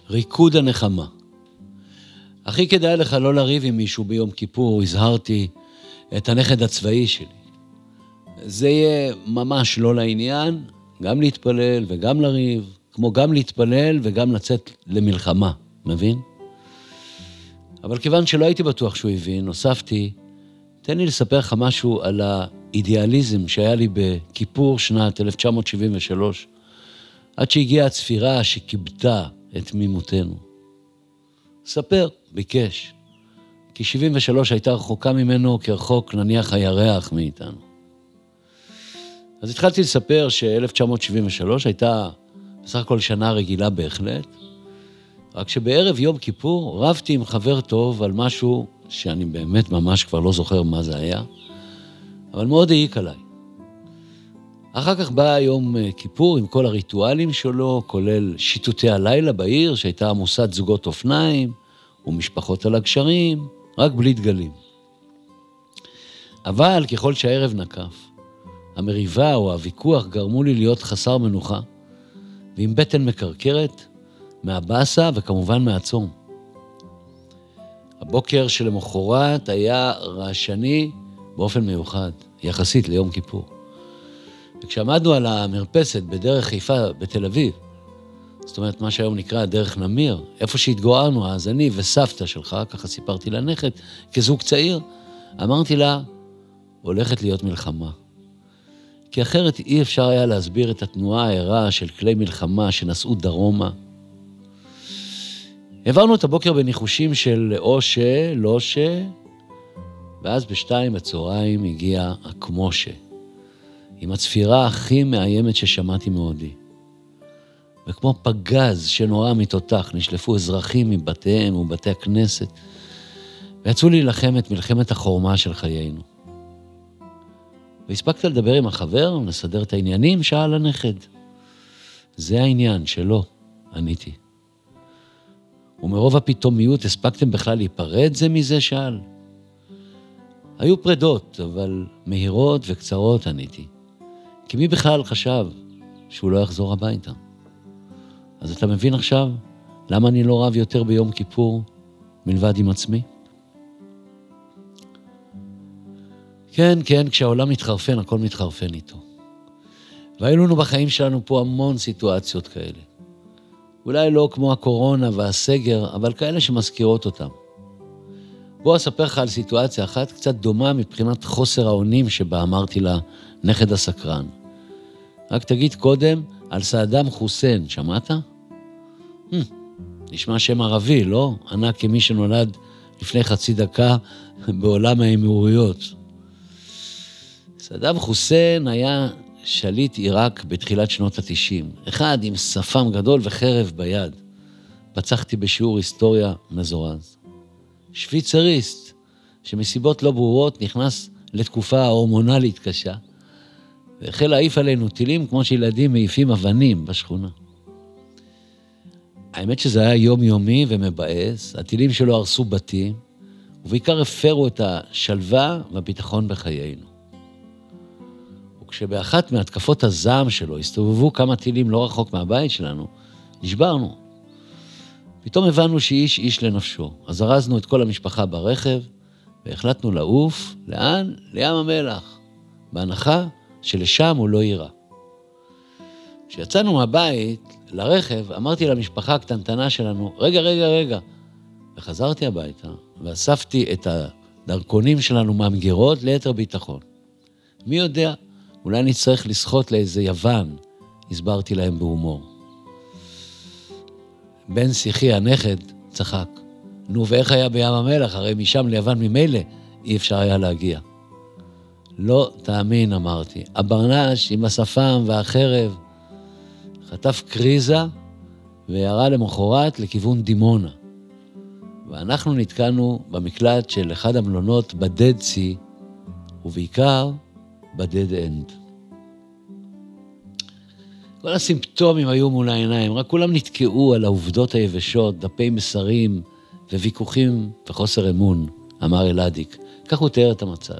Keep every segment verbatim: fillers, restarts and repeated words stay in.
ריקוד הנחמה. הכי כדאי לך לא לריב עם מישהו ביום כיפור, הזהרתי את הנכד הצבאי שלי. זה יהיה ממש לא לעניין, גם להתפלל וגם לריב, כמו גם להתפלל וגם לצאת למלחמה, מבין? אבל כיוון שלא הייתי בטוח שהוא הבין, הוספתי, תן לי לספר לך משהו על האידיאליזם שהיה לי בכיפור שנת אלף תשע מאות שבעים ושלוש, עד שהגיעה הצפירה שקיבתה את תמימותנו. ספר, ביקש, כי שבעים ושלוש הייתה רחוקה ממנו כרחוק נניח הירח מאיתנו. אז התחלתי לספר ש-אלף תשע מאות שבעים ושלוש הייתה בסך הכל שנה רגילה בהחלט, רק שבערב יום כיפור רבתי עם חבר טוב על משהו שאני באמת ממש כבר לא זוכר מה זה היה, אבל מאוד העיק עליי. אחר כך בא יום כיפור עם כל הריטואלים שלו, כולל שיטוטי הלילה בעיר, שהייתה עמוסת זוגות אופניים ומשפחות על הגשרים, רק בלי דגלים. אבל ככל שהערב נקף, המריבה או הוויכוח גרמו לי להיות חסר מנוחה, ועם בטן מקרקרת, מהבאסה וכמובן מהצום. הבוקר שלמחרת היה רעשני באופן מיוחד, יחסית ליום כיפור. וכשעמדנו על המרפסת בדרך חיפה בתל אביב, זאת אומרת מה שהיום נקרא דרך נמיר, איפה שהתגוררנו אז אני וסבתא שלך, ככה סיפרתי לנכד, כזוג צעיר, אמרתי לה, הולכת להיות מלחמה. כי אחרת אי אפשר היה להסביר את התנועה הערה של כלי מלחמה שנסעו דרומה. העברנו את הבוקר בניחושים של או ש, לא ש, ואז בשתיים בצהריים הגיע הכמו ש, עם הצפירה הכי מאיימת ששמעתי מעודי. וכמו פגז שנורא מתותח, נשלפו אזרחים מבתיהם ובתי הכנסת, ויצאו להילחם את מלחמת החורמה של חיינו. והספקת לדבר עם החבר ולסדר את העניינים, שאל הנכד. זה העניין שלו, עניתי. ומרוב הפתאומיות הספקתם בכלל להיפרד זה מזה, שאל. היו פרדות, אבל מהירות וקצרות, עניתי. כי מי בכלל חשב שהוא לא יחזור הביתה? אז אתה מבין עכשיו למה אני לא רב יותר ביום כיפור מלבד עם עצמי? כן, כן, כשהעולם מתחרפן, הכל מתחרפן איתו. והיו לנו בחיים שלנו פה המון סיטואציות כאלה. אולי לא כמו הקורונה והסגר, אבל כאלה שמזכירות אותם. בוא אספר לך על סיטואציה אחת קצת דומה מבחינת חוסר האונים שבה אמרתי לה נכד הסקרן. רק תגיד קודם על סעדם חוסיין, שמעת? Hmm, נשמע שם ערבי, לא? ענה כמי שנולד לפני חצי דקה בעולם האמירויות. סעדם חוסיין היה שליט עיראק בתחילת שנות התשעים. אחד עם שפם גדול וחרב ביד. פצחתי בשיעור היסטוריה מזורז. שוויצריסט, שמסיבות לא ברורות נכנס לתקופה ההורמונלית קשה, והחל להעיף עלינו טילים כמו שילדים מעיפים אבנים בשכונה. האמת שזה היה יומיומי ומבאס, הטילים שלו הרסו בתים, ובעיקר הפרו את השלווה והביטחון בחיינו. וכשבאחת מהתקפות הזעם שלו הסתובבו כמה טילים לא רחוק מהבית שלנו, נשברנו. פתאום הבנו שאיש איש לנפשו, אז ארזנו את כל המשפחה ברכב, והחלטנו לעוף, לאן? לים המלח, בהנחה שלשם הוא לא יירה. כשיצאנו מהבית לרכב, אמרתי למשפחה הקטנטנה שלנו, רגע, רגע, רגע, וחזרתי הביתה, ואספתי את הדרכונים שלנו מהמגירות ליתר ביטחון. מי יודע, אולי נצטרך לשחות לאיזה יוון, הסברתי להם בהומור. בן שיחי הנכד צחק. נו, ואיך היה בים המלח? הרי משם ליוון ממילא אי אפשר היה להגיע. לא תאמין, אמרתי. הברנש עם השפם והחרב חטף קריזה וירה למחרת לכיוון דימונה. ואנחנו נתקענו במקלט של אחד המלונות בדד סי, ובעיקר בדד אנד. כל הסימפטומים היו מול העיניים, רק כולם נתקעו על העובדות היבשות, דפי מסרים וויכוחים וחוסר אמון, אמר אלאדיק. כך הוא תיאר את המצב.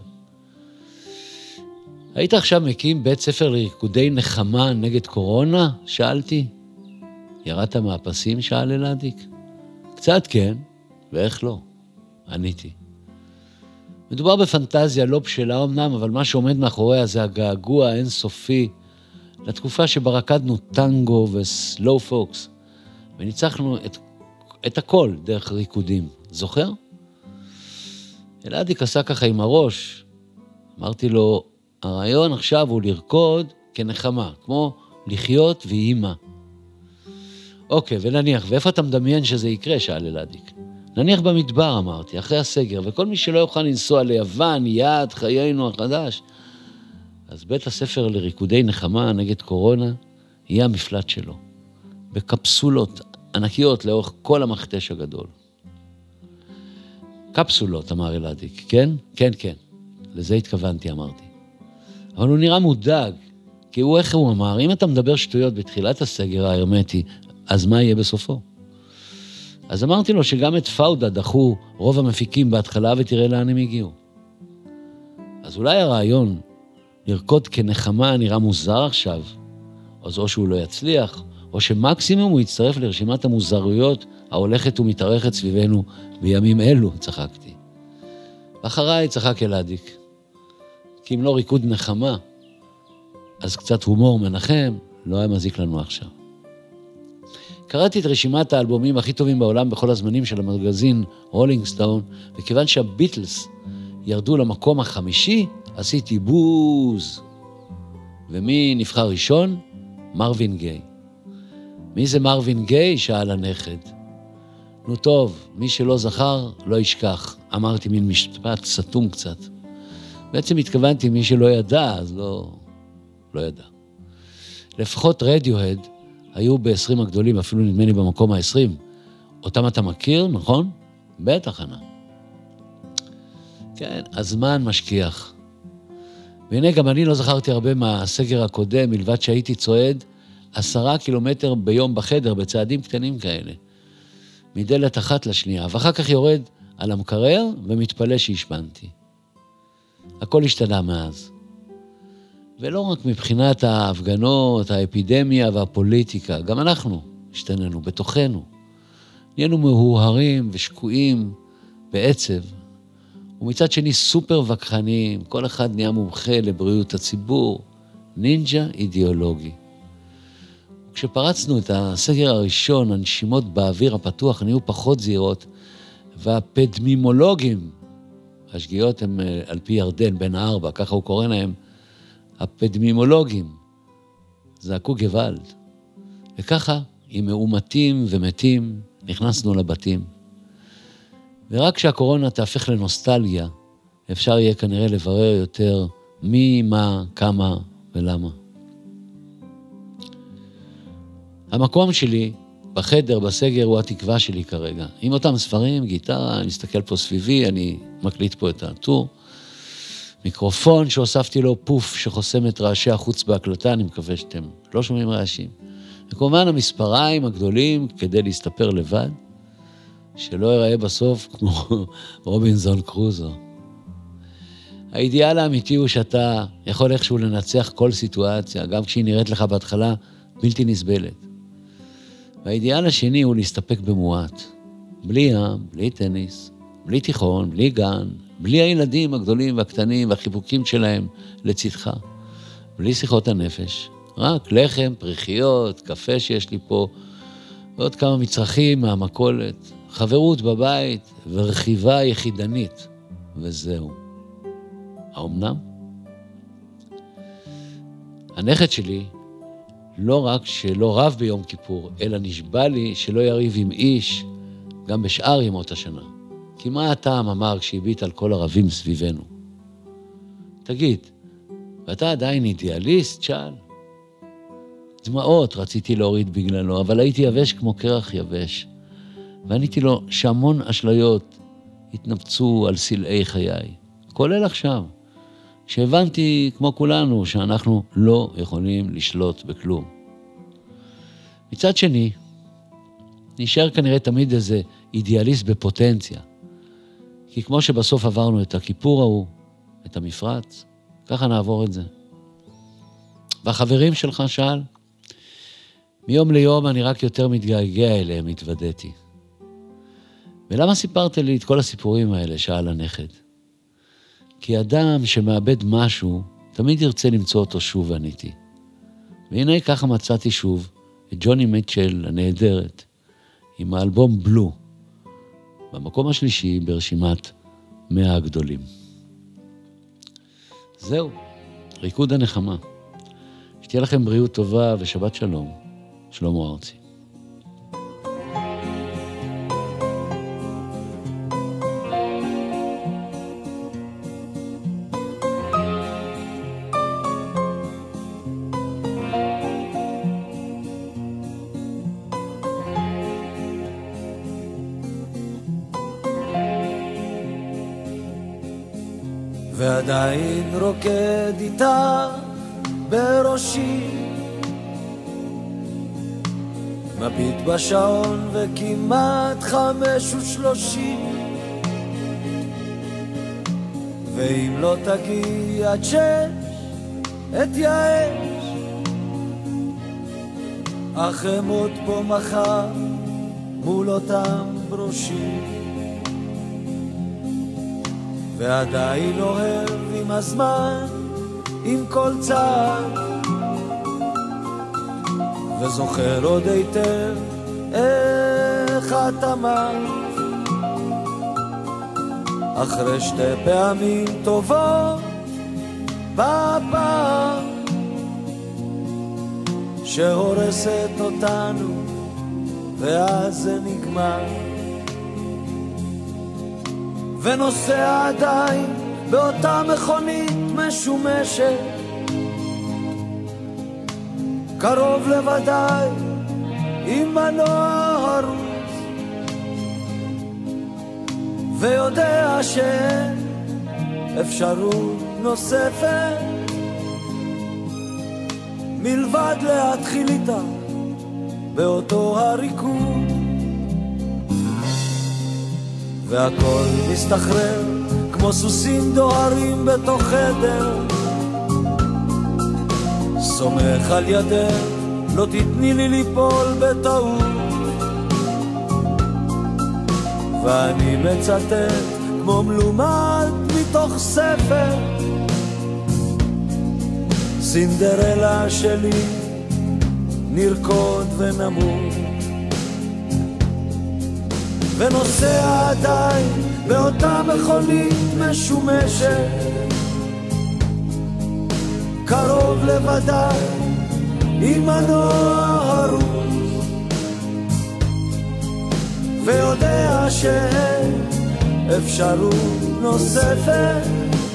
היית עכשיו מקים בית ספר לריקודי נחמה נגד קורונה? שאלתי. ירדת מהפסים? שאל אלעדיק. קצת כן, ואיך לא? עניתי. מדובר בפנטזיה לא בשלה אמנם, אבל מה שעומד מאחוריה זה הגעגוע האינסופי לתקופה שבה רקדנו טנגו וסלואו פוקס, וניצחנו את, את הכל דרך ריקודים. זוכר? אלעדיק עשה ככה עם הראש. אמרתי לו, הרעיון עכשיו הוא לרקוד כנחמה, כמו לחיות ואימא. אוקיי, ונניח, ואיפה אתה מדמיין שזה יקרה? שאל אלעדיק. נניח במדבר, אמרתי, אחרי הסגר, וכל מי שלא יוכל לנסוע ליוון, יעד חיינו החדש, אז בית הספר לריקודי נחמה נגד קורונה יהיה המפלט שלו, בקפסולות ענקיות לאורך כל המכתש הגדול. קפסולות, אמר אלעדיק, כן? כן, כן. לזה התכוונתי, אמרתי. אבל הוא נראה מודאג, כי הוא, איך הוא אמר, אם אתה מדבר שטויות בתחילת הסגר ההרמטי, אז מה יהיה בסופו? אז אמרתי לו שגם את פאודה דחו רוב המפיקים בהתחלה, ותראה לאן הם הגיעו. אז אולי הרעיון לרקוד כנחמה נראה מוזר עכשיו, אז או שהוא לא יצליח, או שמקסימום הוא יצטרף לרשימת המוזרויות ההולכת ומתארכת סביבנו בימים אלו, צחקתי. ואחריי צחק אלעדיק, כי אם לא ריקוד נחמה, אז קצת הומור מנחם לא היה מזיק לנו עכשיו. קראתי את רשימת האלבומים הכי טובים בעולם בכל הזמנים של המגזין רולינג סטון, וכיוון שהביטלס ירדו למקום החמישי, עשיתי בוז. ומי נבחר ראשון? מרווין גיי. מי זה מרווין גיי? שאל הנכד. נו טוב, מי שלא זכר לא ישכח. אמרתי מין משפט סתום קצת. בעצם התכוונתי מי שלא ידע, אז לא, לא ידע. לפחות רדיוהד היו ב-עשרים הגדולים, אפילו נדמה לי במקום ה-עשרים. אותם אתה מכיר, נכון? בטח, ענה. כן, הזמן משכיח. והנה גם אני לא זכרתי הרבה מהסגר הקודם, מלבד שהייתי צועד עשרה קילומטר ביום בחדר, בצעדים קטנים כאלה. מדלת אחת לשנייה, ואחר כך יורד על המקרר ומתפלא שהשפנתי. הכל השתנה מאז. ולא רק מבחינת ההפגנות, האפידמיה והפוליטיקה, גם אנחנו השתננו בתוכנו. נהיינו מהוהרים ושקועים בעצב, ומצד שני סופר וכחניים, כל אחד נהיה מומחה לבריאות הציבור, נינג'ה אידיאולוגי. כשפרצנו את הסגר הראשון, הנשימות באוויר הפתוח נהיו פחות זהירות, והפדמימולוגים, השגיאות הם על פי ירדן בן הארבע, ככה הוא קורא להם, הפדמימולוגים, זעקו גוואלד. וככה, עם מאומתים ומתים, נכנסנו לבתים. ורק כשהקורונה תהפך לנוסטלגיה, אפשר יהיה כנראה לברר יותר מי, מה, כמה ולמה. המקום שלי בחדר, בסגר, הוא התקווה שלי כרגע. עם אותם ספרים, גיטרה, אני מסתכל פה סביבי, אני מקליט פה את הטור. מיקרופון שהוספתי לו פוף שחוסם את רעשי החוץ בהקלטה, אני מקווה שאתם לא שומעים רעשים. וכמובן המספריים הגדולים כדי להסתפר לבד, שלא ייראה בסוף כמו רובינזון קרוזו. האידיאל האמיתי הוא שאתה יכול איכשהו לנצח כל סיטואציה, גם כשהיא נראית לך בהתחלה בלתי נסבלת. והאידיאל השני הוא להסתפק במועט. בלי ים, בלי טניס, בלי תיכון, בלי גן, בלי הילדים הגדולים והקטנים והחיבוקים שלהם לצדך. בלי שיחות הנפש. רק לחם, פריחיות, קפה שיש לי פה, ועוד כמה מצרכים מהמכולת, חברות בבית ורכיבה יחידנית. וזהו. האומנם? הנכד שלי לא רק שלא רב ביום כיפור, אלא נשבע לי שלא יריב עם איש גם בשאר ימות השנה. כי מה הטעם אמר כשהביט על כל ערבים סביבנו? תגיד, ואתה עדיין אידיאליסט? שאל. דמעות רציתי להוריד בגללו, אבל הייתי יבש כמו קרח יבש. ועניתי לו שהמון אשליות התנפצו על סלעי חיי. כולל עכשיו, שהבנתי כמו כולנו שאנחנו לא יכולים לשלוט בכלום. מצד שני, נשאר כנראה תמיד איזה אידיאליסט בפוטנציה. כי כמו שבסוף עברנו את הכיפור ההוא, את המפרץ, ככה נעבור את זה. והחברים שלך שאל, מיום ליום אני רק יותר מתגעגע אליהם, התוודעתי. ולמה סיפרת לי את כל הסיפורים האלה, שאל הנכד? כי אדם שמאבד משהו, תמיד ירצה למצוא אותו שוב, עניתי. והנה ככה מצאתי שוב את ג'וני מיטשל הנהדרת, עם האלבום בלו, במקום השלישי ברשימת מאה הגדולים. זהו, ריקוד הנחמה. שתהיה לכם בריאות טובה ושבת שלום. שלמה ארצי. ועדיין רוקד איתה בראשי, מביט בשעון וכמעט חמש ושלושים, ואם לא תגיע עד שש אתייאש, אך אמות פה מחר מול אותם ברושים. ועדיין אוהב עם הזמן, עם כל צעד, וזוכר עוד היטב איך את אמרת, אחרי שתי פעמים טובות בפעם שהורסת אותנו ואז זה נגמר. ונוסע עדיין באותה מכונית משומשת, קרוב לוודאי עם מנוע הרוס, ויודע שאין אפשרות נוספת מלבד להתחיל איתה באותו הריקוד. והכל מסתחרר כמו סוסים דוהרים בתוך חדר, סומך על ידך, לא תתני לי ליפול בטעות. ואני מצטט כמו מלומד מתוך ספר, סינדרלה שלי, נרקוד ונמות. ונוסע עדיין באותה מכונית משומשת, קרוב לוודאי עם מנוע הרוס, ויודע שאין אפשרות נוספת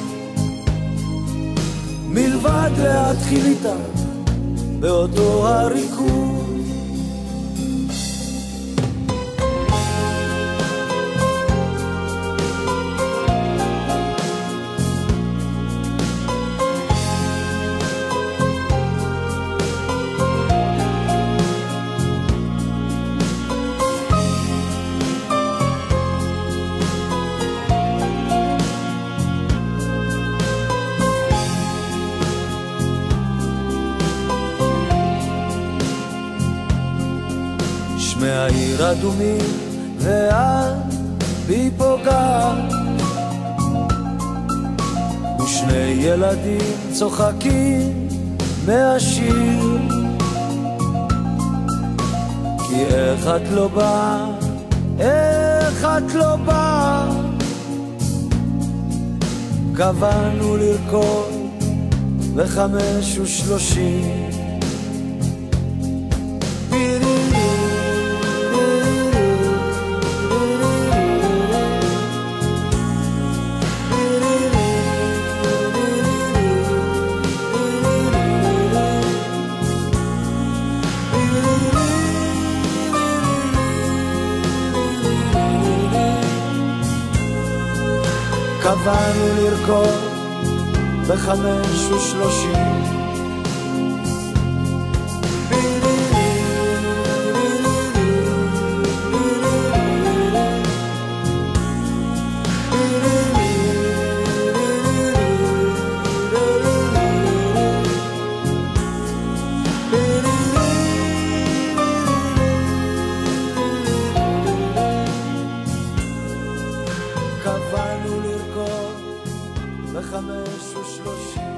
מלבד להתחיל איתה באותו הריקוד. מהעיר אדומים ואת בי פוגעת, ושני ילדים צוחקים מהשיר, כי איך את לא באה, איך את לא באה, קבענו לרקוד בחמש ושלושים. קבענו לרקוד בחמש ושלושים. קבענו לרקוד בחמש ושלושים